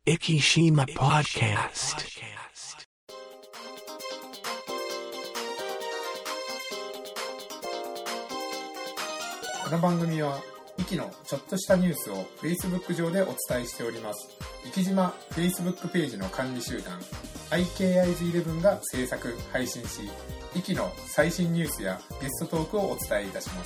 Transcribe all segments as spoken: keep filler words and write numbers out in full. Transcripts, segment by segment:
Ikishima Podcast。 この番組はイキのちょっとしたニュースを Facebook 上でお伝えしております。イキ島 Facebook ページの管理集団 アイケーアイズイレブン が制作・配信し、イキの最新ニュースやゲストトークをお伝えいたします。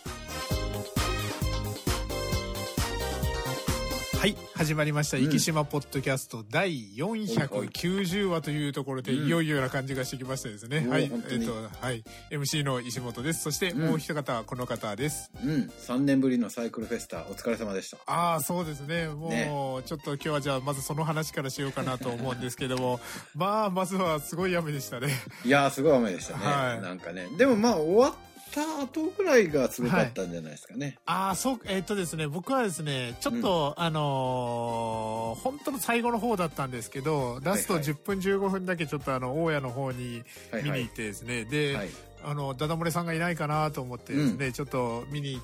はい、始まりました、うん、生島ポッドキャストだいよんひゃくきゅうじゅうわというところで、うん、いよいよな感じがしてきましたですね、うん、はい、えっとはい エムシー の石本です。そしてもう一方、うん、この方です。 うん、さんねんぶりのサイクルフェスタお疲れ様でした。 ああ、そうですね。もう、ね、ちょっと今日はじゃあまずその話からしようかなと思うんですけどもまあまずはすごい雨でしたね。 いやーすごい雨でしたね、はい、なんかね。でもまあ終わって後ぐらいがすごかったんじゃないですかね。 はい、ああ、そう、えー、っとですね、僕はですね、ちょっと、うん、あのー、本当の最後の方だったんですけど、ラストじゅっぷんじゅうごふんだけちょっとあの、大家の方に見に行ってですね、はいはい、で、はい、あの、ダダ漏れさんがいないかなと思ってですね、うん、ちょっと見に行って、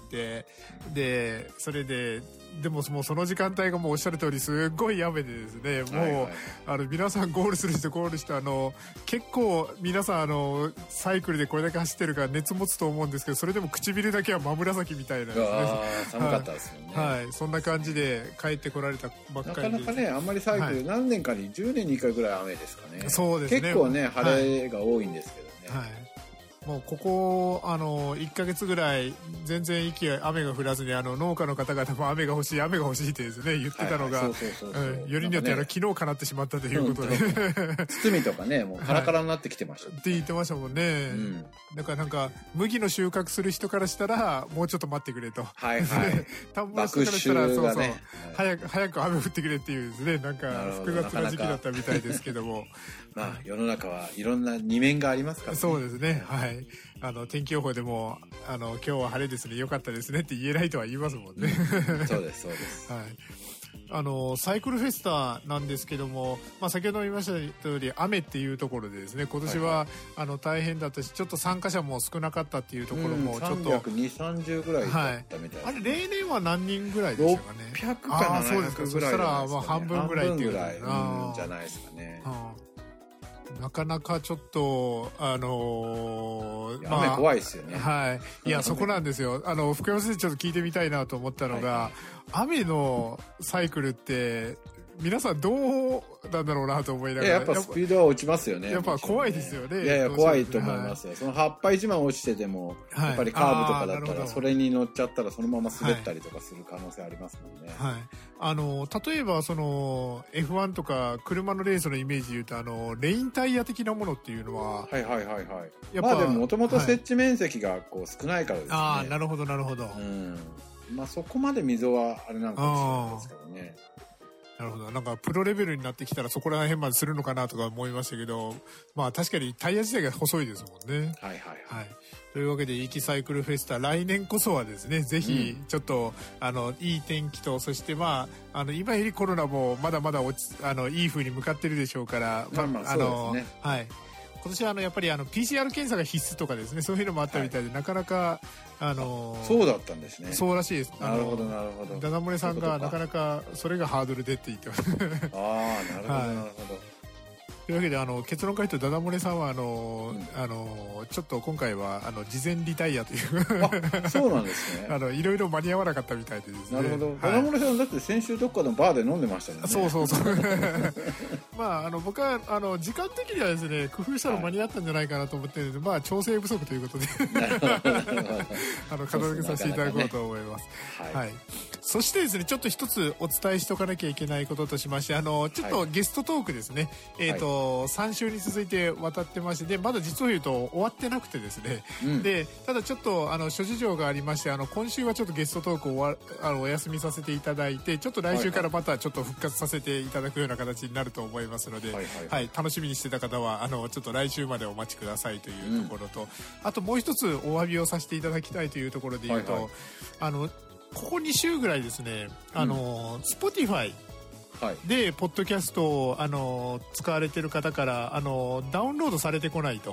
で、それで、でももうその時間帯がもうおっしゃる通りすっごい雨でですね、もう、はいはい、あの皆さんゴールする人ゴールして、あの結構皆さんあのサイクルでこれだけ走ってるから熱持つと思うんですけど、それでも唇だけは真紫みたいなですね。 あ寒かったですよね、 はい、はい、そんな感じで帰ってこられたばっかりで、 なかなかねあんまりサイクル、はい、何年かにじゅうねんにいっかいぐらい雨ですかね。 そうですね、 結構ね晴れが多いんですけどね、はいはい、 もうここあのいっかげつぐらい全然息が雨が降らずに、あの農家の方々も雨が欲しい雨が欲しいってですね言ってたのが、よりによってあの、ね、昨日叶ってしまったということで、 包みとかねもうカラカラになってきてました、ね、 って言ってましたもんね、うん、だからなんか麦の収穫する人からしたらもうちょっと待ってくれと、 はいはい田んぼの人からしたら、ね、そうそう、はい、早く早く雨降ってくれっていうですね、なんか複雑な時期だったみたいですけどもまあ世の中はいろんな二面がありますからね。 そうですね、はい、あの天気予報でもあの今日は晴れですね、良かったですねって言えないとは言いますもんね、 うん、そうですそうです、 はい、あのサイクルフェスタなんですけども、まあ、先ほど言いました通り雨っていうところでですね、今年は、はいはい、あの大変だったし、ちょっと参加者も少なかったっていうところもちょっと、うん、 さんびゃくにじゅう、さんじゅうぐらいだったみたいです、ね、 はい、あれ例年は何人ぐらいでしたかね。 ろっぴゃくかななひゃくぐらい、ね、そしたらまあ半分ぐらいっていうぐらい、うん、じゃないですかね、 うん、なかなかちょっとあのー、 まあ、雨怖いですよね。 はい。いやそこなんですよ。あの福山先生ちょっと聞いてみたいなと思ったのが、はい、雨のサイクルって皆さんどうなんだろうなと思いながら、 やっぱスピードは落ちますよね。 やっぱ怖いですよね。 いやいや怖いと思いますよ、はい、その葉っぱ一枚落ちてても、はい、やっぱりカーブとかだったらそれに乗っちゃったらそのまま滑ったりとかする可能性ありますもんね。 はい、あの例えばその エフワン とか車のレースのイメージでいうと、あのレインタイヤ的なものっていうのは、 はいはいはいはい、やっぱまあでももともと設置面積がこう少ないからですね、はい、 ああなるほどなるほど、 うん、まあそこまで溝はあれなんかもしれないですけどね。 なるほど。なんかプロレベルになってきたらそこら辺までするのかなとか思いましたけど、まあ確かにタイヤ自体が細いですもんね。 はいはいはい。はい、 というわけでイキサイクルフェスタ来年こそはですね、ぜひちょっと、うん、あのいい天気と、そしてまああの今よりコロナもまだまだ落ちあのいい風に向かってるでしょうから、 まあまあそうですね。 はい。今年はあのやっぱりあの ピーシーアール 検査が必須とかですね、そういうのもあったみたいで、はい、なかなかあのー、 そうだったんですね。 そうらしいです。 なるほどなるほど。 ダダ漏れさんがなかなかそれがハードルでって言ってます。 ああなるほどなるほど。 というわけであの結論から言うと、ダダ漏れさんはあの、うん、あのちょっと今回はあの事前リタイアというあそうなんですね。 あのいろいろ間に合わなかったみたいでですね。 なるほど、はい、ダダ漏れさんだって先週どっかのバーで飲んでましたよね。 そうそうそうまああの僕はあの時間的にはですね工夫したら間に合ったんじゃないかなと思ってるので、はい、まあ調整不足ということであの片付けさせていただこうと思います。はい、はい、そしてですねちょっと一つお伝えしておかなきゃいけないこととしまして、あのちょっとゲストトークですね、はい、えっ、ー、と、はい、さん週に続いて渡ってまして、でまだ実を言うと終わってなくてですね、うん、でただちょっとあの諸事情がありまして、あの今週はちょっとゲストトークをおわあのお休みさせていただいて、ちょっと来週からまたちょっと復活させていただくような形になると思いますので、はい、はいはい、楽しみにしてた方はあのちょっと来週までお待ちくださいというところと、うん、あともう一つお詫びをさせていただきたいというところで言うと、はいはい、あのここに週ぐらいですね、あの、うん、Spotifyでポッドキャストをあの使われてる方からあのダウンロードされてこないと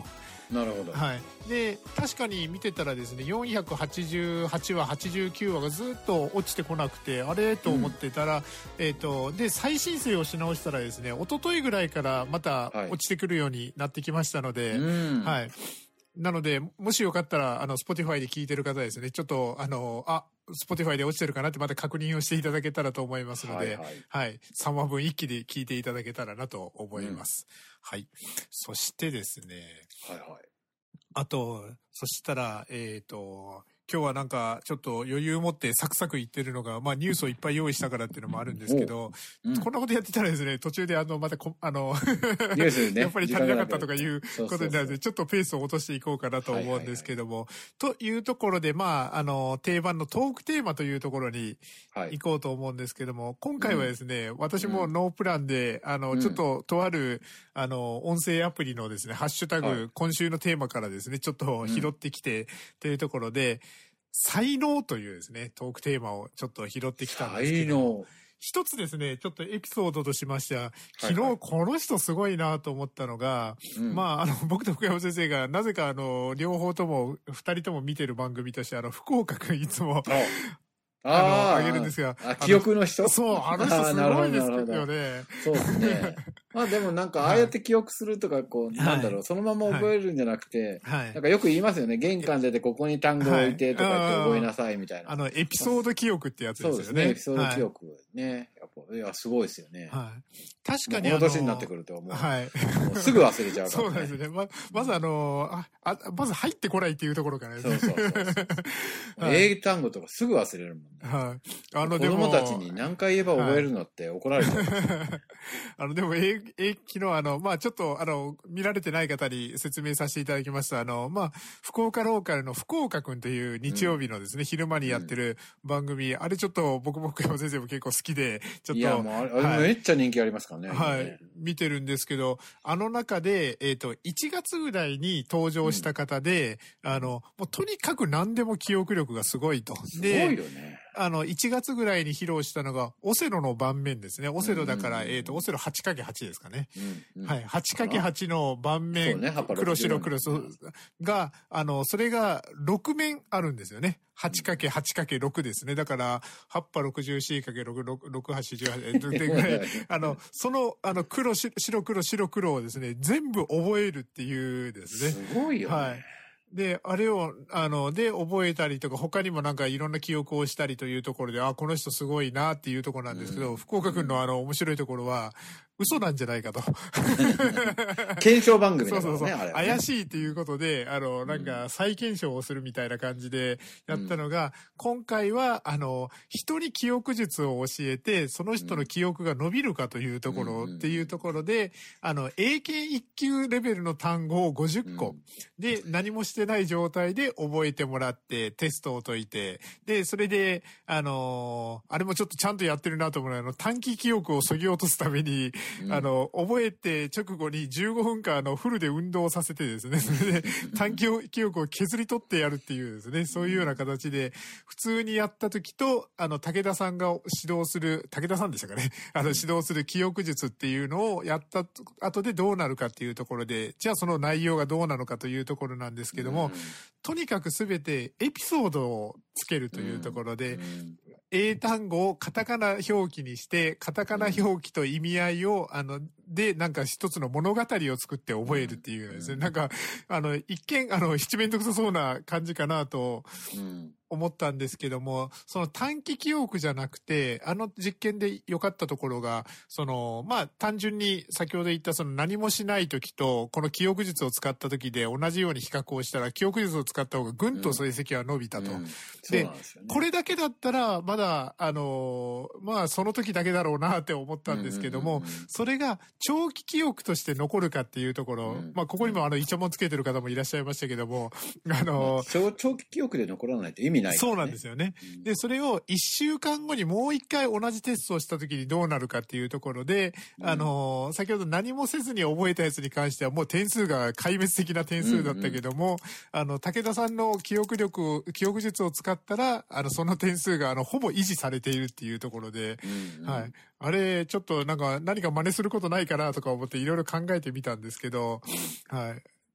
なるほど。 はい。で、確かに見てたらですね、よんひゃくはちじゅうはちわ、はちじゅうきゅうわがずっと落ちてこなくて、あれと思ってたら、うん、えっと、で、再申請をし直したらですね、一昨日ぐらいからまた落ちてくるようになってきましたので、はい。はい、なので、もしよかったら、あの、Spotify で聞いてる方ですね、ちょっと、あの、あ、Spotify で落ちてるかなってまた確認をしていただけたらと思いますので、はい、はいはい、さんわぶん一気で聞いていただけたらなと思います。うん、はい。そしてですね、 はいはい。 あと、そしたら、えっと、今日はなんかちょっと余裕を持ってサクサク言ってるのが、まあニュースをいっぱい用意したからっていうのもあるんですけど、うん、こんなことやってたらですね、途中であの、またこ、あの、ニュースね、やっぱり足りなかったとかいうことになるので、ちょっとペースを落としていこうかなと思うんですけども、はいはいはい、というところで、まあ、あの、定番のトークテーマというところに行こうと思うんですけども、はい、今回はですね、うん、私もノープランで、あの、うん、ちょっととある、あの、音声アプリのですね、ハッシュタグ、はい、今週のテーマからですね、ちょっと拾ってきて、というところで、才能というですね、トークテーマをちょっと拾ってきたんですけど、一つですね、ちょっとエピソードとしましては、昨日この人すごいなと思ったのが、はいはい、まあ、あの、僕と福山先生がなぜかあの、両方とも、二人とも見てる番組として、あの、福岡くんいつも、あの、あげるんですが。 あ、記憶の人？ そう、あの人すごいですよね。 そうですね。まあでもなんか、ああやって記憶するとか、こう、はい、なんだろう、そのまま覚えるんじゃなくて、はい、なんかよく言いますよね。玄関出てここに単語を置いてとか言って覚えなさいみたいな。 はい、あの、エピソード記憶ってやつですよね。 そうですね、エピソード記憶ね。やっぱ、いや、すごいですよね。 はい。確かにこの年になってくると思う。 はい。 もうすぐ忘れちゃうから、ね。 そうなんですね。ま、まずあの、あ、あ、まず入ってこないっていうところからですね。 そうそうそうそう。はい、英単語とかすぐ忘れるもんね。 はい。 あの、子供たちに何回言えば覚えるのって怒られちゃう、 はい。あの、でも、え、え、昨日あの、まあちょっと、あの、見られてない方に説明させていただきました。あの、まあ福岡ローカルの福岡くんという日曜日のですね、うん、昼間にやってる番組、うん、あれちょっと僕も福山先生も結構好きで、ちょっと。いや、もうあれ、はい、めっちゃ人気ありますからね。 はい。ね、見てるんですけど、あの中で、えっと、いちがつぐらいに登場した方で、うん、あの、もうとにかく何でも記憶力がすごいと。 すごいよね。 あの、いちがつぐらいに披露したのが、オセロの盤面ですね。オセロだから、うんうんうん、えっと、オセロ はちかけはち ですかね。うんうん、はい。はちかけはち の盤面、ね、黒白黒が、あの、それがろく面あるんですよね。はちかけはちかけろく ですね。だから、はっぱ ろくじゅうよんかけろく、ろくはちじゅうはち、でぐらい、あの、その、あの、黒、白黒白黒をですね、全部覚えるっていうですね。 すごいよね。はい。 で、あれを、あの、で、覚えたりとか、他にもなんかいろんな記憶をしたりというところで、あ、この人すごいなっていうところなんですけど、うん、福岡くんのあの、面白いところは、嘘なんじゃないかと。 検証番組だからね、 そうそうそう。 あれ、ね。 怪しいっていうことで、あの、なんか再検証をするみたいな感じでやったのが、うん、今回は、あの、人に記憶術を教えて、その人の記憶が伸びるかというところっていうところで、あの、英検いっ級レベルの単語をごじゅっこ、うん、で、何もしてない状態で覚えてもらって、テストを解いて、で、それで、あの、あれもちょっとちゃんとやってるなと思うのは、あの、短期記憶を削ぎ落とすために、あの、覚えて直後にじゅうごふんかんあのフルで運動させてですね、それで短期記憶を削り取ってやるっていうですね、そういうような形で、普通にやった時と、あの、武田さんが指導する、武田さんでしたかね、あの、指導する記憶術っていうのをやった後でどうなるかっていうところで、じゃあその内容がどうなのかというところなんですけども、とにかくすべてエピソードをつけるというところで、英単語をカタカナ表記にして、カタカナ表記と意味合いを、あの、で、なんか一つの物語を作って覚えるっていうですね。なんか、あの、一見、あの、七面倒くさそうな感じかなと思ったんですけども、その短期記憶じゃなくて、あの実験で良かったところが、その、まあ、単純に先ほど言ったその何もしない時と、この記憶術を使った時で同じように比較をしたら、記憶術を使った方がぐんと成績は伸びたと。うんうん、で、ね、これだけだったら、まだ、あの、まあ、その時だけだろうなって思ったんですけども、それが長期記憶として残るかっていうところ、うん、まあ、ここにもあの、イチャモンつけてる方もいらっしゃいましたけども、あの、 長、長期記憶で残らないと意味ない、ね。 そうなんですよね。うん、で、それをいっしゅうかんごにもう一回同じテストをした時にどうなるかっていうところで、うん、あの、先ほど何もせずに覚えたやつに関してはもう点数が壊滅的な点数だったけども、うんうん、あの、武田さんの記憶力、記憶術を使ったら、あの、その点数があの、ほぼ維持されているっていうところで、うんうん、はい。あれ、ちょっとなんか何か真似することないかなとか思っていろいろ考えてみたんですけど、はい。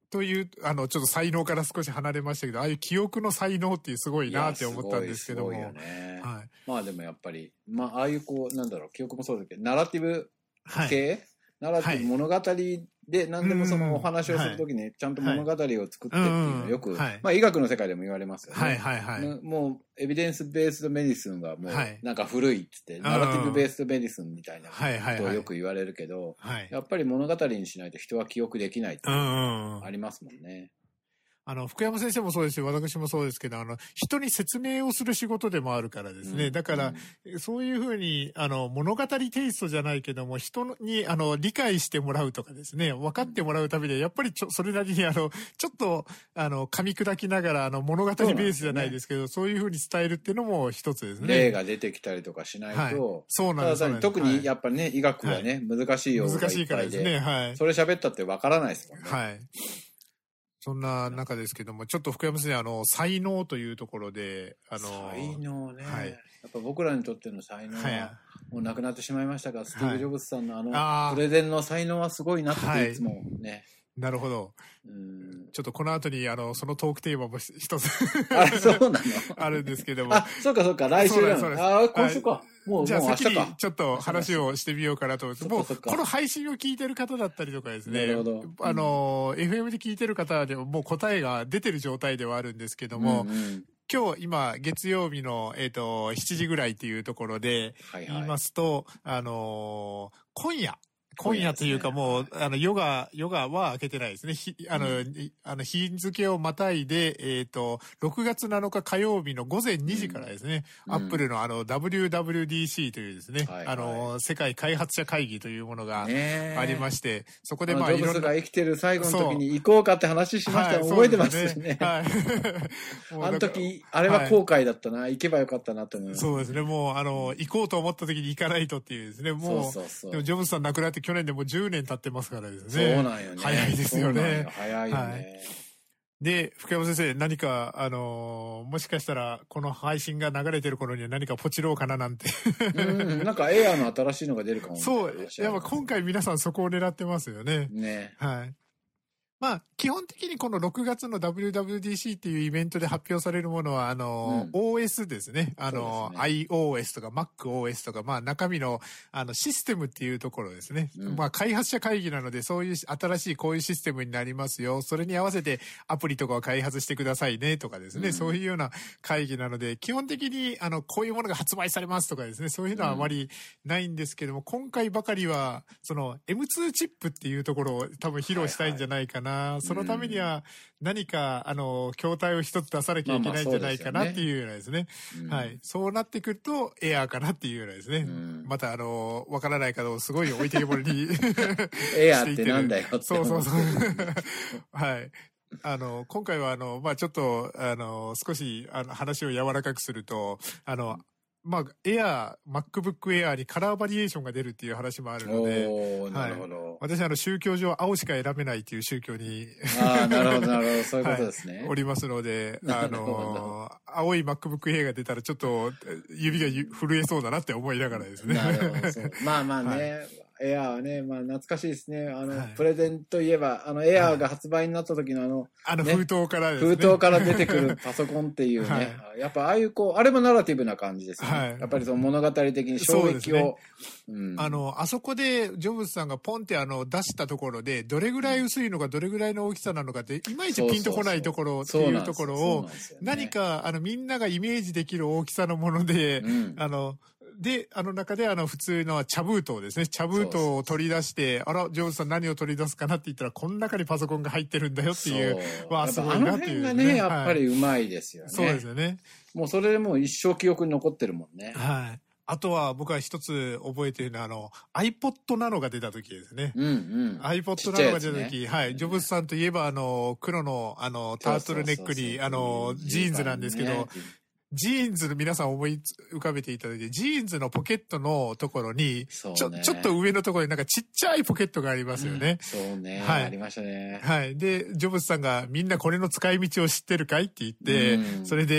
という、あの、ちょっと才能から少し離れましたけど、ああいう記憶の才能っていうすごいなって思ったんですけども。すごいよね。はい。まあでもやっぱり、まあああいうこう、なんだろう、記憶もそうだけど、ナラティブ系、はい、ナラティブ物語で何でもそのお話をするときにちゃんと物語を作ってっていうのはよく、はい、まあ医学の世界でも言われますよね。はいはいはい。もうエビデンスベースドメディスンはもうなんか古いっつって、ナラティブベースドメディスンみたいなことをよく言われるけど、やっぱり物語にしないと人は記憶できないっていうのがありますもんね。 あの、福山先生もそうですし、私もそうですけど、あの、人に説明をする仕事でもあるからですね。うん、だから、うん、そういうふうに、あの、物語テイストじゃないけども、人に、あの、理解してもらうとかですね、分かってもらうために、やっぱりちょ、それなりに、あの、ちょっと、あの、噛み砕きながら、あの、物語ベースじゃないですけど、そういうふうに伝えるっていうのも一つですね。 例が出てきたりとかしないと、はい、 そうなんです。 特にやっぱね、はい、医学はね、難しい用語がいっぱいで。難しいからですね、はい。それ喋ったって分からないですもんね。はい。 そんな中ですけども、ちょっと福山先生、あの、才能というところで、あの、 才能ね。はい。やっぱ僕らにとっての才能は、もうなくなってしまいましたが、スティーブ・ジョブズさんのあの、プレゼンの才能はすごいなっていつもね。 なるほど。うんちょっとこの後に、あの、そのトークテーマも一つあ、そうなのあるんですけども。 あ、そうかそうか、来週なの。あ、今週か。もう、 じゃあ先にちょっと話をしてみようかなと思って、もう、この配信を聞いてる方だったりとかですね、あの、エフエム で聞いてる方でももう答えが出てる状態ではあるんですけども、うんうん今日、今、月曜日の、えっと、しちじぐらいっていうところで、言いますと、はいはい、あのー、今夜、今夜というかもう、ね、あの、ヨガ、ヨガは開けてないですね。ひ、あの、うん、あの、日付をまたいで、えっと、ろくがつなのか火曜日の午前にじからですね、うん、アップルのあの、ダブリューダブリューディーシー というですね、はいはい、あの、世界開発者会議というものがありまして、そこでまあ、 ジョブズが生きてる最後の時に行こうかって話しました。覚えてますね。はい。あの時、あれは後悔だったな、はい、行けばよかったなと思います。 そうですね、もう、あの、行こうと思った時に行かないとっていうですね、もう、そうそうそうでもジョブズさん亡くなって去年でもうじゅうねん経ってますからですね。 そうなんよね。 早いですよね。 よ早いよね、はい。 で、福山先生、何か、あのー、もしかしたら、この配信が流れてる頃には何かポチろうかななんてうん、なんかエアーの新しいのが出るかも。 そう。やっぱ今回皆さんそこを狙ってますよね。 ね。 はい。まあ、基本的にこのろくがつの ダブリューダブリューディーシー っていうイベントで発表されるものは、あの、うん、オーエス ですね。あの、ね、iOS とか MacOS とか、まあ中身の、あの、システムっていうところですね。うん、まあ開発者会議なので、そういう新しいこういうシステムになりますよ。それに合わせてアプリとかを開発してくださいねとかですね。うん、そういうような会議なので、基本的に、あの、こういうものが発売されますとかですね。そういうのはあまりないんですけども、うん、今回ばかりは、その エムツー チップっていうところを多分披露したいんじゃないかな。はいはいそのためには何か、あの、筐体を一つ出さなきゃいけないんじゃないかなっていうようなですね。まあまあそうですよね。はい。そうなってくると、エアーかなっていうようなですね。うん、また、あの、わからない方をすごい置いてけぼりにエアーってなんだよって。 そうそうそう。はい。あの、今回は、あの、まあちょっと、あの、少し、あの、話を柔らかくすると、あの、まあ、エアー、MacBook Air にカラーバリエーションが出るっていう話もあるので、 おー、なるほど。はい、 私、あの、宗教上青しか選べないっていう宗教にああ、なるほど、なるほど。そういうことですね。 はい、おりますので、あの、青い MacBook Air が出たらちょっと指が震えそうだなって思いながらですね。 なるほど。そうまあまあね。はいエアーはね、まあ懐かしいですね。あの、はい、プレゼンといえば、あの、エアーが発売になった時のあの、 あの封筒からですね。 封筒から出てくるパソコンっていうね。はい、やっぱああいうこう、あれもナラティブな感じですね。はい、やっぱりその物語的に衝撃を。 うん、あの、あそこでジョブズさんがポンってあの出したところで、どれぐらい薄いのかどれぐらいの大きさなのかって、いまいちピンとこないところっていうところを、何かあのみんながイメージできる大きさのもので、うん、あの、で、あの中であの普通の茶封筒ですね。茶封筒を取り出して、あら、ジョブズさん何を取り出すかなって言ったら、この中にパソコンが入ってるんだよっていう、わあ、すごいなっていう、ね。 あの辺がね、やっぱりうまいですよね、はい。 そうですよね。 もうそれでもう一生記憶に残ってるもんね。 はい。あとは僕は一つ覚えているのは、あの、iPod ナノが出た時ですね。 うんうん。 iPod ナノが出た時、ね、はい。ジョブズさんといえば、あの、黒の、あの、タートルネックに、あの、ジーンズなんですけど、ねジーンズの皆さん思い浮かべていただいて、ジーンズのポケットのところに、ね、ちょ、ちょっと上のところになんかちっちゃいポケットがありますよね。 うん、そうね。 はい。 ありましたね。 はい。で、ジョブズさんがみんなこれの使い道を知ってるかいって言って、うん、それで、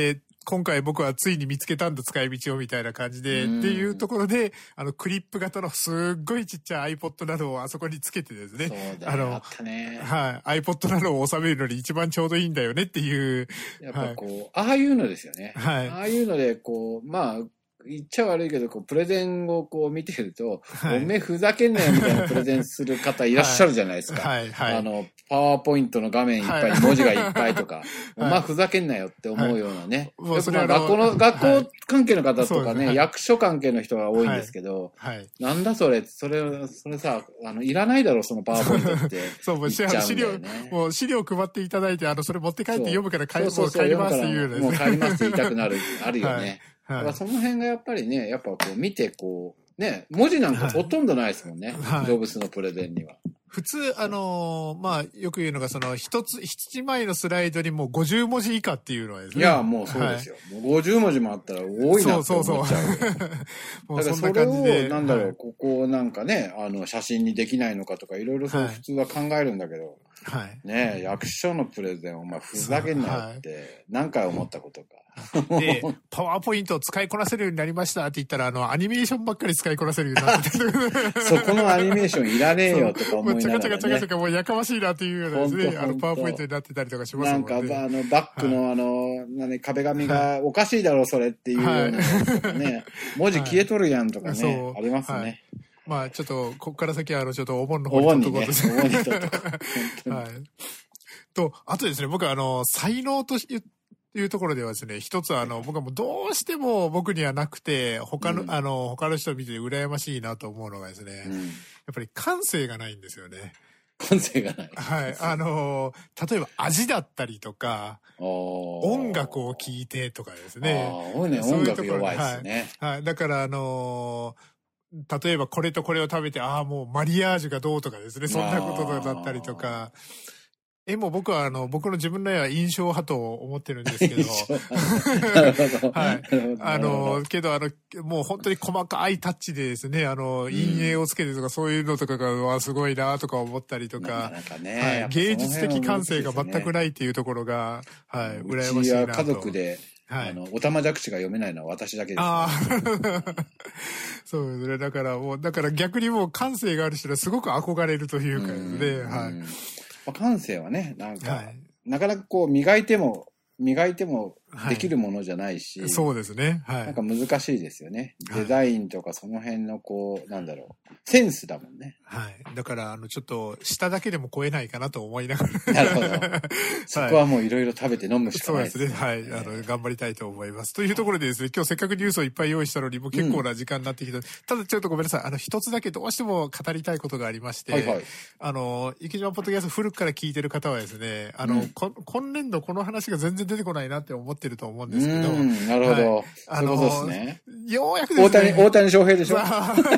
今回僕はついに見つけたんだ使い道をみたいな感じで、っていうところで、あの、クリップ型のすっごいちっちゃい iPod などをあそこにつけてですね。 そうだよ、あったね。 はい。iPod などを収めるのに一番ちょうどいいんだよねっていう。 やっぱこう、はい、ああいうのですよね。はい。ああいうので、こう、まあ、言っちゃ悪いけど、こう、プレゼンをこう見てると、はい、おめえふざけんなよみたいなプレゼンする方いらっしゃるじゃないですか。はい、はい、はい。あの、パワーポイントの画面いっぱいに文字がいっぱいとか、はい、お前ふざけんなよって思うようなね。はい、まあ、学校の、学校関係の方とかね、はい、役所関係の人が多いんですけど、はいはい、なんだそれ、それ、それさ、あの、いらないだろ、そのパワーポイントって。そう、もう資料、 もう資料配っていただいて、あの、それ持って帰って読むから帰りますっていうね。もう帰りますって言いたくなる、あるよね。はい、だからその辺がやっぱりね、やっぱこう見てこう、ね、文字なんかほとんどないですもんね。はい、ジョブスのプレゼンには。 普通、あのー、まあ、よく言うのが、その、一つ、一枚のスライドにもうごじゅうもじ以下っていうのはですね。 いや、もうそうですよ。はい、もうごじゅうもじもあったら多いなって思っちゃう。そうそうそう。だからそれを、なんだろう、はい、ここなんかね、あの、写真にできないのかとか、いろいろそう普通は考えるんだけど、はい、ねえ、役所のプレゼンを、まあ、ふざけんなよって何回思ったことか。 で、パワーポイントを使いこなせるようになりましたって言ったら、あの、アニメーションばっかり使いこなせるようになってて。 そこのアニメーションいらねえよとか思いながら、ね。もうちゃかちゃかちゃかちゃかもうやかましいなっていうようなですね、あの、パワーポイントになってたりとかしますもんね。 なんか、あの、バックの、はい、あの、何、壁紙がおかしいだろ、それっていうようなやつとかね、はい、文字消えとるやんとかね、はい、ありますね。はい、 まあ、ちょっと、ここから先は、あの、ちょっとお盆の方にとっとこうとして。お盆にね、お盆にとっとこう。はい。と、あとですね、僕はあの、才能と言って、いうところではですね、一つはあの、僕はもうどうしても僕にはなくて、他の、うん、あの、他の人を見て羨ましいなと思うのがですね、うん、やっぱり感性がないんですよね。 感性がない。 はい。あの、例えば味だったりとか、音楽を聴いてとかですね。 ああ、ね、音楽弱いですね。 はい。はい、だからあの例えばこれとこれを食べて、ああ、もうマリアージュがどうとかですね、そんなことだったりとか、絵も僕はあの、僕の自分の絵は印象派と思ってるんですけど。はい。あの、けどあの、もう本当に細かいタッチでですね、あの、陰影をつけてとかそういうのとかがすごいなとか思ったりとか、 なんかね、 はい、芸術的感性が全くないっていうところが、はい、羨ましいなと。 うちは家族で、はい、あの、おたまじゃくしが読めないのは私だけです、ね。ああ。 そうですね。だからもう、だから逆にもう感性がある人はすごく憧れるというかですね、はい。 感性はね、なんか、はい、なかなかこう磨いても、磨いてもできるものじゃないし、 はい、そうですね。はい。 なんか難しいですよね。デザインとかその辺のこう、なんだろう。センスだもんね。 はい。だから、あの、ちょっと、下だけでも超えないかなと思いながら。 なるほど。そこはもういろいろ食べて飲むしかないですね。そうですね。はい。あの、頑張りたいと思います。というところでですね、今日せっかくニュースをいっぱい用意したのに、もう結構な時間になってきた。うん、ただちょっとごめんなさい。あの、一つだけどうしても語りたいことがありまして、はいはい、あの、池島ポッドキャスト古くから聞いてる方はですね、あの、うん、今年度この話が全然出てこないなって思ってると思うんですけど、 うん、なるほど。はい、あの、そういうことですね。 ようやくですね。 大谷、大谷翔平でしょ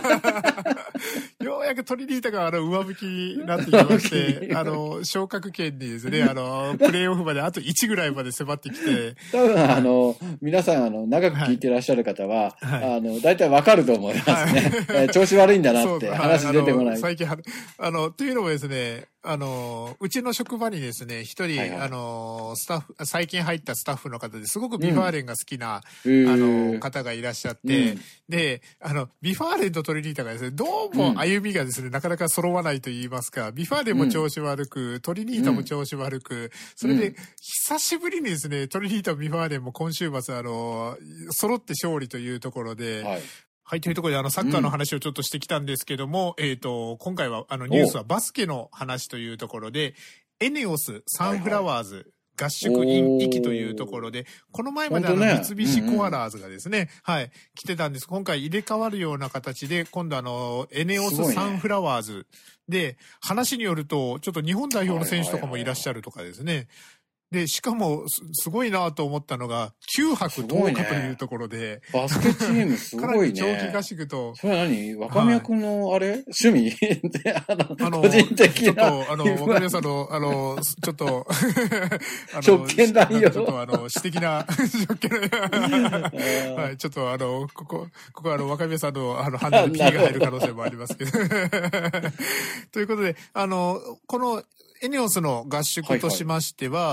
ようやくトリニータがあの上向きになってきまして、あの、昇格圏にですね、あの、プレイオフまであといちぐらいまで迫ってきて。 多分、あの、皆さん、あの、長く聞いてらっしゃる方は、はい、あの、大体わかると思いますね。はい、調子悪いんだなって話出てこない。はい、 最近、あの、というのもですね、あの、うちの職場にですね、一人、はいはい、あの、スタッフ、最近入ったスタッフの方ですごくビファーレンが好きな、うん、あの、方がいらっしゃって、うん、で、あの、ビファーレンとトリニータがですね、どうも歩みがですね、なかなか揃わないと言いますか、ビファーレンも調子悪く、うん、トリニータも調子悪く、それで、久しぶりにですね、トリニータもビファーレンも今週末、あの、揃って勝利というところで、はいはい、というところで、あの、サッカーの話をちょっとしてきたんですけども、うん、えっと、今回は、あの、ニュースはバスケの話というところで、エネオスサンフラワーズ、はいはい合宿 in 域というところで、この前まであの三菱コアラーズがですね、ねうんうん、はい、来てたんです。今回入れ替わるような形で、今度あの、エネオスサンフラワーズで、ね、話によると、ちょっと日本代表の選手とかもいらっしゃるとかですね。で、しかもす、すごいなと思ったのが、きゅうはくとおかというところで。 ね、バスケチームすごいね。 かなり長期合宿と。 それは何若宮君のあれ、はい、趣味で、あの、あの個人的な。 ちょっと、あの、若宮さんの、あの、ちょっと、 あの、職権乱用。 ちょっとあの、私的な、職権はい、ちょっとあの、ここ、ここあの、若宮さんの、あの、判断で P が入る可能性もありますけど。ということで、あの、この、エネオスの合宿としましては、はいはい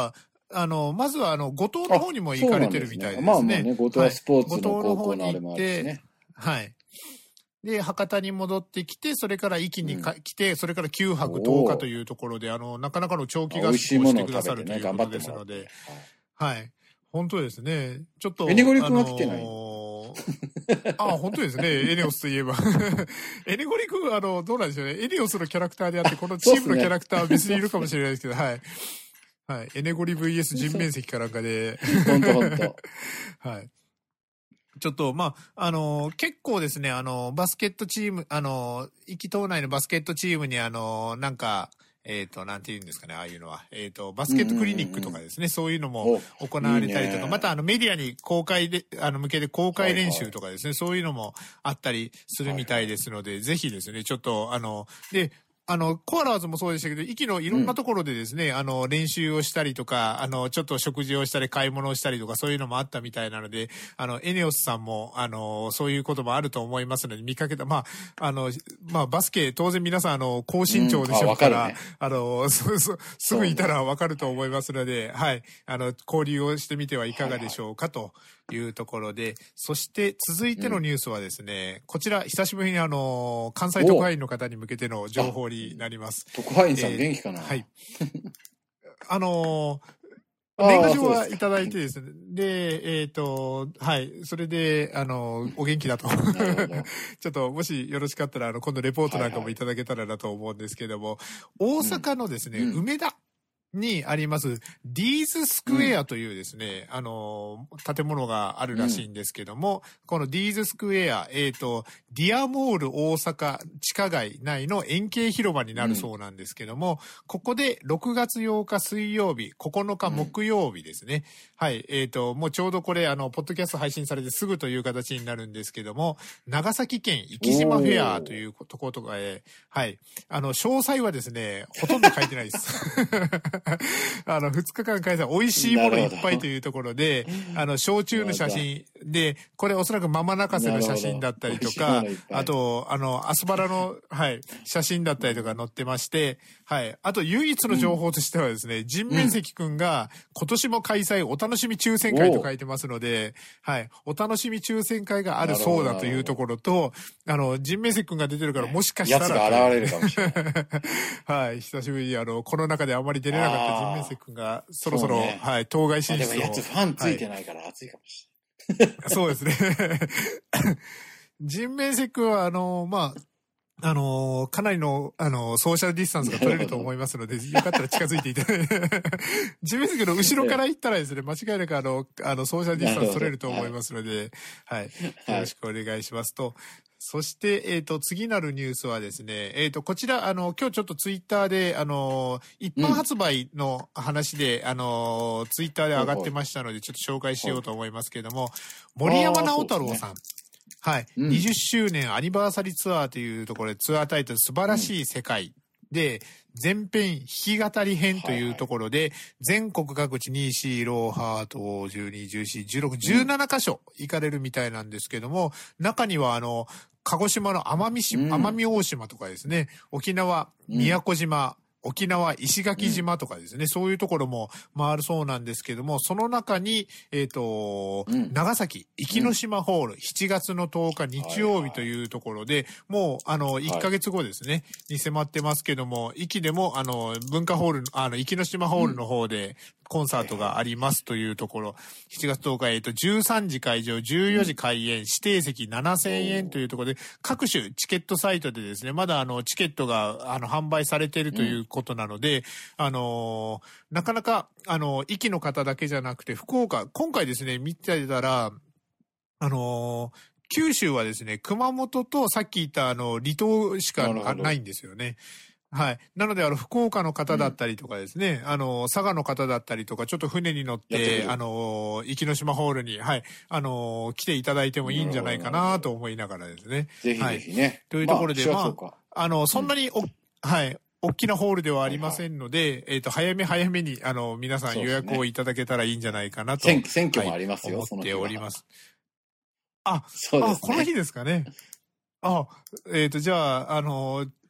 あの、まずは、あの、五島の方にも行かれてるみたいですね。 まあまあね、五島スポーツの高校のあれもあるしね。 はい。で、博多に戻ってきて、それから壱岐にか、うん、来て、それからきゅうはくとおかというところで、あの、なかなかの長期合宿をしてくださるということですので、はい。本当ですね。ちょっと。 エネゴリ君は来てない、あのー、あ、本当ですね。エネオスといえば。エネゴリ君は、あの、どうなんでしょうね。エネオスのキャラクターであって、このチームのキャラクターは別にいるかもしれないですけど、はい。はい。エネゴリ ブイエス 人面石かなんかで。 本当本当。 はい。ちょっと、まあ、あのー、結構ですね、あのー、バスケットチーム、あのー、壱岐島内のバスケットチームに、あのー、なんか、えっと、なんて言うんですかね、ああいうのは。えっと、バスケットクリニックとかですね、そういうのも行われたりとか、いいね、またあのメディアに公開で、あの向けて公開練習とかですね、はいはい、そういうのもあったりするみたいですので、はいはい、ぜひですね、ちょっとあの、で、あの、コアラーズもそうでしたけど、壱岐のいろんなところでですね、うん、あの、練習をしたりとか、あの、ちょっと食事をしたり、買い物をしたりとか、そういうのもあったみたいなので、あの、エネオスさんも、あの、そういうこともあると思いますので、見かけた、まあ、あの、まあ、バスケ、当然皆さん、あの、高身長でしょうから、うん、あ, ね、あの、す、す、すぐいたらわかると思いますので、はい、あの、交流をしてみてはいかがでしょうかというところで、そして続いてのニュースはですね、うん、こちら、久しぶりにあの、関西特派員の方に向けての情報になります。 特派員さん、えー、元気かな。 はい。あのー、年賀状はいただいてですね。で、えっ、ー、と、はい。それで、あのー、お元気だと。ちょっと、もしよろしかったら、あの、今度レポートなんかもいただけたらなと思うんですけども、はいはい、大阪のですね、うん、梅田にあります、ディーズスクエアというですね、うん、あの、建物があるらしいんですけども、うん、このディーズスクエア、えっと、ディアモール大阪地下街内の円形広場になるそうなんですけども、うん、ここでろくがつようか水曜日、ここのか木曜日ですね。うん、はい、えっと、もうちょうどこれ、あの、ポッドキャスト配信されてすぐという形になるんですけども、長崎県壱岐島フェアというところとかへ、はい、あの、詳細はですね、ほとんど書いてないです。あの、二日間開催、美味しいものいっぱいというところで、あの、焼酎の写真で、これおそらくママ泣かせの写真だったりとか、あと、あの、アスパラの、はい、写真だったりとか載ってまして、はい。あと、唯一の情報としてはですね、うん、人面石くんが今年も開催、お楽しみ抽選会と書いてますので、はい。お楽しみ抽選会があるそうだというところと、あの、人面石くんが出てるからもしかしたら。 やつが現れるかもしれない。 はい。久しぶりに、あの、コロナ禍であまり出れなかった人面石くんが、そろそろ、ね、はい、当該進出を。 でもやつファンついてないから熱いかもしれない。 はい、そうですね。人面石くんは、あの、まあ、あのー、かなりの、あのー、ソーシャルディスタンスが取れると思いますので、よかったら近づいていただいて。自分の後ろから行ったらですね、間違いなくあの、あの、ソーシャルディスタンス取れると思いますので、はい。よろしくお願いしますと。そして、えっと、次なるニュースはですね、えっと、こちら、あの、今日ちょっとツイッターで、あの、一般発売の話で、うん、あの、ツイッターで上がってましたので、ちょっと紹介しようと思いますけれども、森山直太朗さん。はい、うん。にじゅっしゅうねんアニバーサリーツアーというところでツアータイトル素晴らしい世界で、前編弾き語り編というところで、はいはい、全国各地に、よん、ローハート、じゅうに、じゅうよん、じゅうろく、じゅうなな箇所行かれるみたいなんですけども、中にはあの、鹿児島の奄美市、奄美大島とかですね、沖縄、宮古島、うん、沖縄、石垣島とかですね、うん、そういうところも回るそうなんですけども、その中に、えっと、うん、長崎、壱岐島ホール、しちがつのとおか日曜日というところで、はいはい、もう、あの、いっかげつごですね、はい、に迫ってますけども、壱岐でも、あの、文化ホール、あの、壱岐島ホールの方で、コンサートがありますというところ、しちがつとおか、えっと、じゅうさんじ会場、じゅうよじ開演、指定席ななせんえんというところで、各種チケットサイトでですね、まだあの、チケットが、あの、販売されているということなので、うん、あのー、なかなか、あの、壱岐の方だけじゃなくて、福岡、今回ですね、見てたら、あのー、九州はですね、熊本とさっき言ったあの、離島しかないんですよね。はい。なので、あの、福岡の方だったりとかですね、うん、あの、佐賀の方だったりとか、ちょっと船に乗って、あの、壱岐島ホールに、はい、あの、来ていただいてもいいんじゃないかなと思いながらですね。 ぜひぜひね。はい、 というところで、まあ、まあ、あの、そんなにお、うん、はい、大きなホールではありませんので、はいはい、えっと、早め早めに、あの、皆さん予約をいただけたらいいんじゃないかなと。 選挙もありますよ、 はい、思っております。あ、 そうですね。 あ、この日ですかね。あ、えっと、じゃあ、あの、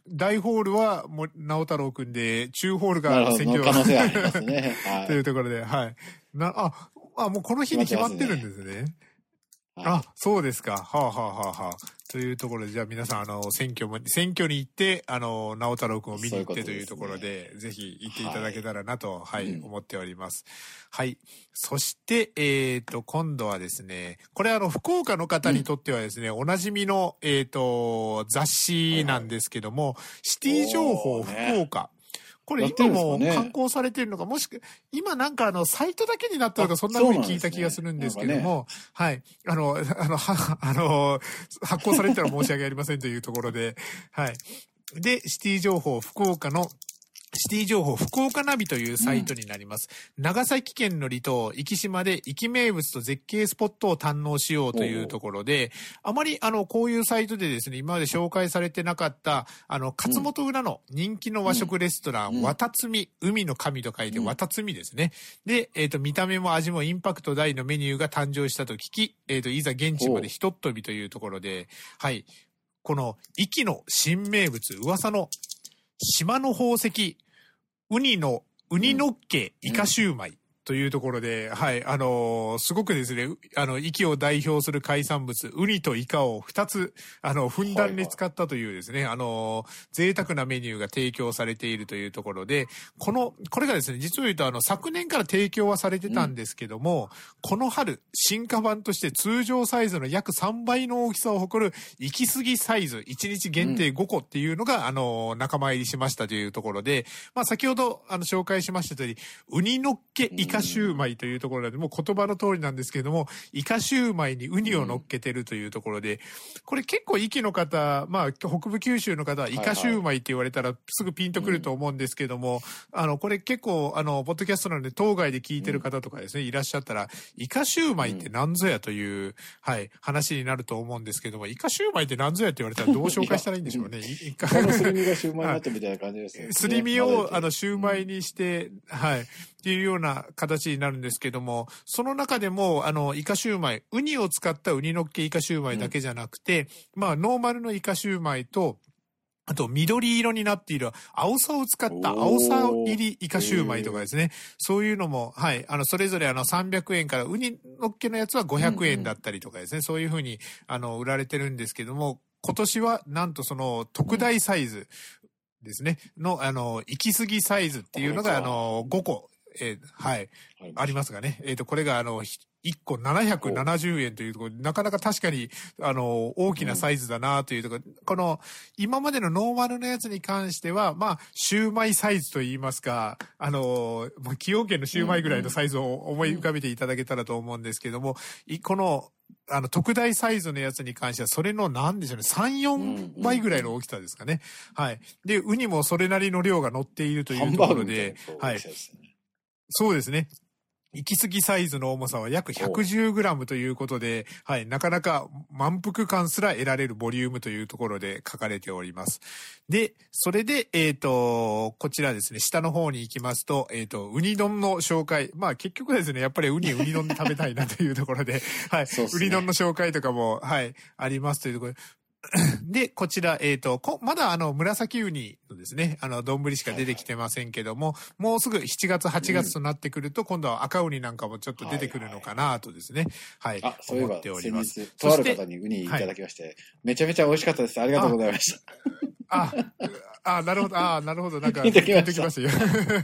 大ホールはもう直太朗くんで、中ホールが選挙可能性ありますね。 はい、というところで、はい。な、あ、あ、もうこの日に決まってるんですね。あ、そうですか。はあ、はあはあはあ、というところで、じゃあ皆さん、あの、選挙も、選挙に行って、あの、直太朗くんを見に行ってというところで、ぜひ行っていただけたらなと、はい、はい、思っております。はい。そして、えっと、今度はですね、これあの、福岡の方にとってはですね、うん、おなじみの、えっと、雑誌なんですけども、はいはい、シティ情報福岡。これ今も刊行されているのか、もしくは、今なんかあの、サイトだけになったのか、そんな風に聞いた気がするんですけども、ね、はい。あの、あの、は、あの、発行されてたら申し訳ありませんというところで、はい。で、シティ情報福岡のシティ情報福岡ナビというサイトになります。うん、長崎県の離島、壱岐島で壱岐名物と絶景スポットを堪能しようというところで、あまりあの、こういうサイトでですね、今まで紹介されてなかった、あの、勝本浦の人気の和食レストラン、わたつみ、海の神と書いてわたつみですね。で、えっと、見た目も味もインパクト大のメニューが誕生したと聞き、えっと、いざ現地までひとっ飛びというところで、はい。この、壱岐の新名物、噂の島の宝石、ウニの、ウニのっけイカシューマイというところで、うん、はい、あのー、すごくですね、あの、壱岐を代表する海産物、ウニとイカを二つ、あの、ふんだんに使ったというですね、はいはい、あのー、贅沢なメニューが提供されているというところで、この、これがですね、実を言うと、あの、昨年から提供はされてたんですけども、うん、この春、進化版として通常サイズの約さんばいの大きさを誇る、行き過ぎサイズ、いちにち限定ごこっていうのが、うん、あのー、仲間入りしましたというところで、まあ、先ほど、あの、紹介しました通り、ウニのっけイカシューマイというところで、もう言葉の通りなんですけれども、イカシューマイにウニを乗っけてるというところで、これ結構壱岐の方、まあ北部九州の方はイカシューマイって言われたらすぐピンとくると思うんですけども、あの、これ結構あの、ポッドキャストなので当該で聞いてる方とかですね、いらっしゃったら、イカシューマイって何ぞやという、はい、話になると思うんですけども、イカシューマイって何ぞやって言われたらどう紹介したらいいんでしょうね。イカ。 このすり身がシューマイになったみたいな感じですね。 すり身をあの、シューマイにして、はい。っていうような形になるんですけども、その中でも、あの、イカシューマイ、ウニを使ったウニのっけイカシューマイだけじゃなくて、うん、まあ、ノーマルのイカシューマイと、あと、緑色になっている、アオサを使った、アオサ入りイカシューマイとかですね。そういうのも、はい。あの、それぞれあの、さんびゃくえんから、ウニのっけのやつはごひゃくえんだったりとかですね。うんうん、そういうふうに、あの、売られてるんですけども、今年は、なんとその、特大サイズですね。の、あの、行き過ぎサイズっていうのが、あの、ごこ。えー、はい。ありますがね。えっと、これが、あの、いっこななひゃくななじゅうえんというところで、なかなか確かに、あの、大きなサイズだなというところ、うん、この、今までのノーマルのやつに関しては、まあ、シューマイサイズといいますか、あの、崎陽軒のシューマイぐらいのサイズを思い浮かべていただけたらと思うんですけども、この、あの、特大サイズのやつに関しては、それの何でしょうね、さん、よんばいぐらいの大きさですかね。はい。で、ウニもそれなりの量が乗っているというところで、はい。そうですね。行き過ぎサイズの重さは約 ひゃくじゅうグラム ということで、はい、なかなか満腹感すら得られるボリュームというところで書かれております。で、それで、えっと、こちらですね、下の方に行きますと、えっと、ウニ丼の紹介。まあ結局ですね、やっぱりウニ、ウニ丼で食べたいなというところで、はい、ね、ウニ丼の紹介とかも、はい、ありますというところで、で、こちら、えっと、こ、まだあの、紫ウニのですね、あの、丼しか出てきてませんけども、はいはい、もうすぐしちがつ、はちがつとなってくると、うん、今度は赤ウニなんかもちょっと出てくるのかなとですね、はい、はい、 あ、そういえば、思っております。先日、とある方にウニいただきまして、はい、めちゃめちゃ美味しかったです。ありがとうございました。 あ、あ、なるほど、あ、なるほど、なんか、聞いてきましたよ。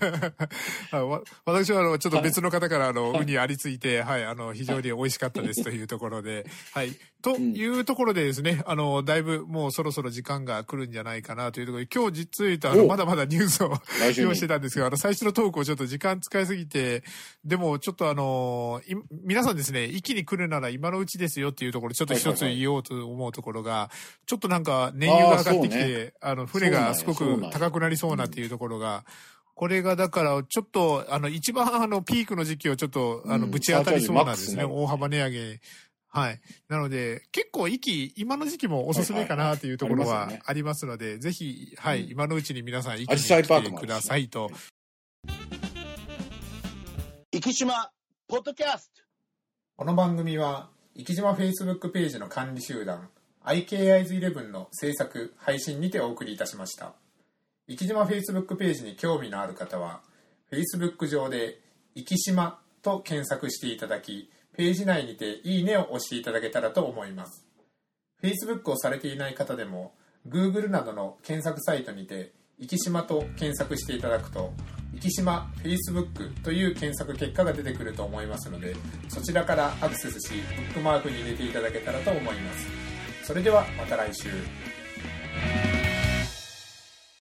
私は、あの、ちょっと別の方から、あの、ウニありついて、はい、あの、非常に美味しかったですというところで、はい。というところでですね、あの、だいぶもうそろそろ時間が来るんじゃないかなというところで、今日実は言うと、あの、まだまだニュースを用意してたんですが、あの、最初のトークをちょっと時間使いすぎて、でもちょっとあの、皆さんですね、壱岐に来るなら今のうちですよっていうところ、ちょっと一つ言おうと思うところが、ちょっとなんか燃油が上がってきて、あの、船がすごく高くなりそうなっていうところが、これがだからちょっとあの一番あのピークの時期をちょっとあのぶち当たりそうなんですね、大幅値上げ。はい。なので結構壱岐今の時期もおすすめかなというところはありますので、ぜひはい、今のうちに皆さん壱岐に来てくださいと。 壱岐島ポッドキャスト。 この番組は壱岐島 Facebook ページの管理集団アイケーアイズイレブン の制作・配信にてお送りいたしました。生島 Facebook ページに興味のある方は、Facebook 上で生島と検索していただき、ページ内にていいねを押していただけたらと思います。Facebook をされていない方でも、Google などの検索サイトにて、生島と検索していただくと、生島 Facebook という検索結果が出てくると思いますので、そちらからアクセスし、ブックマークに入れていただけたらと思います。それではまた来週。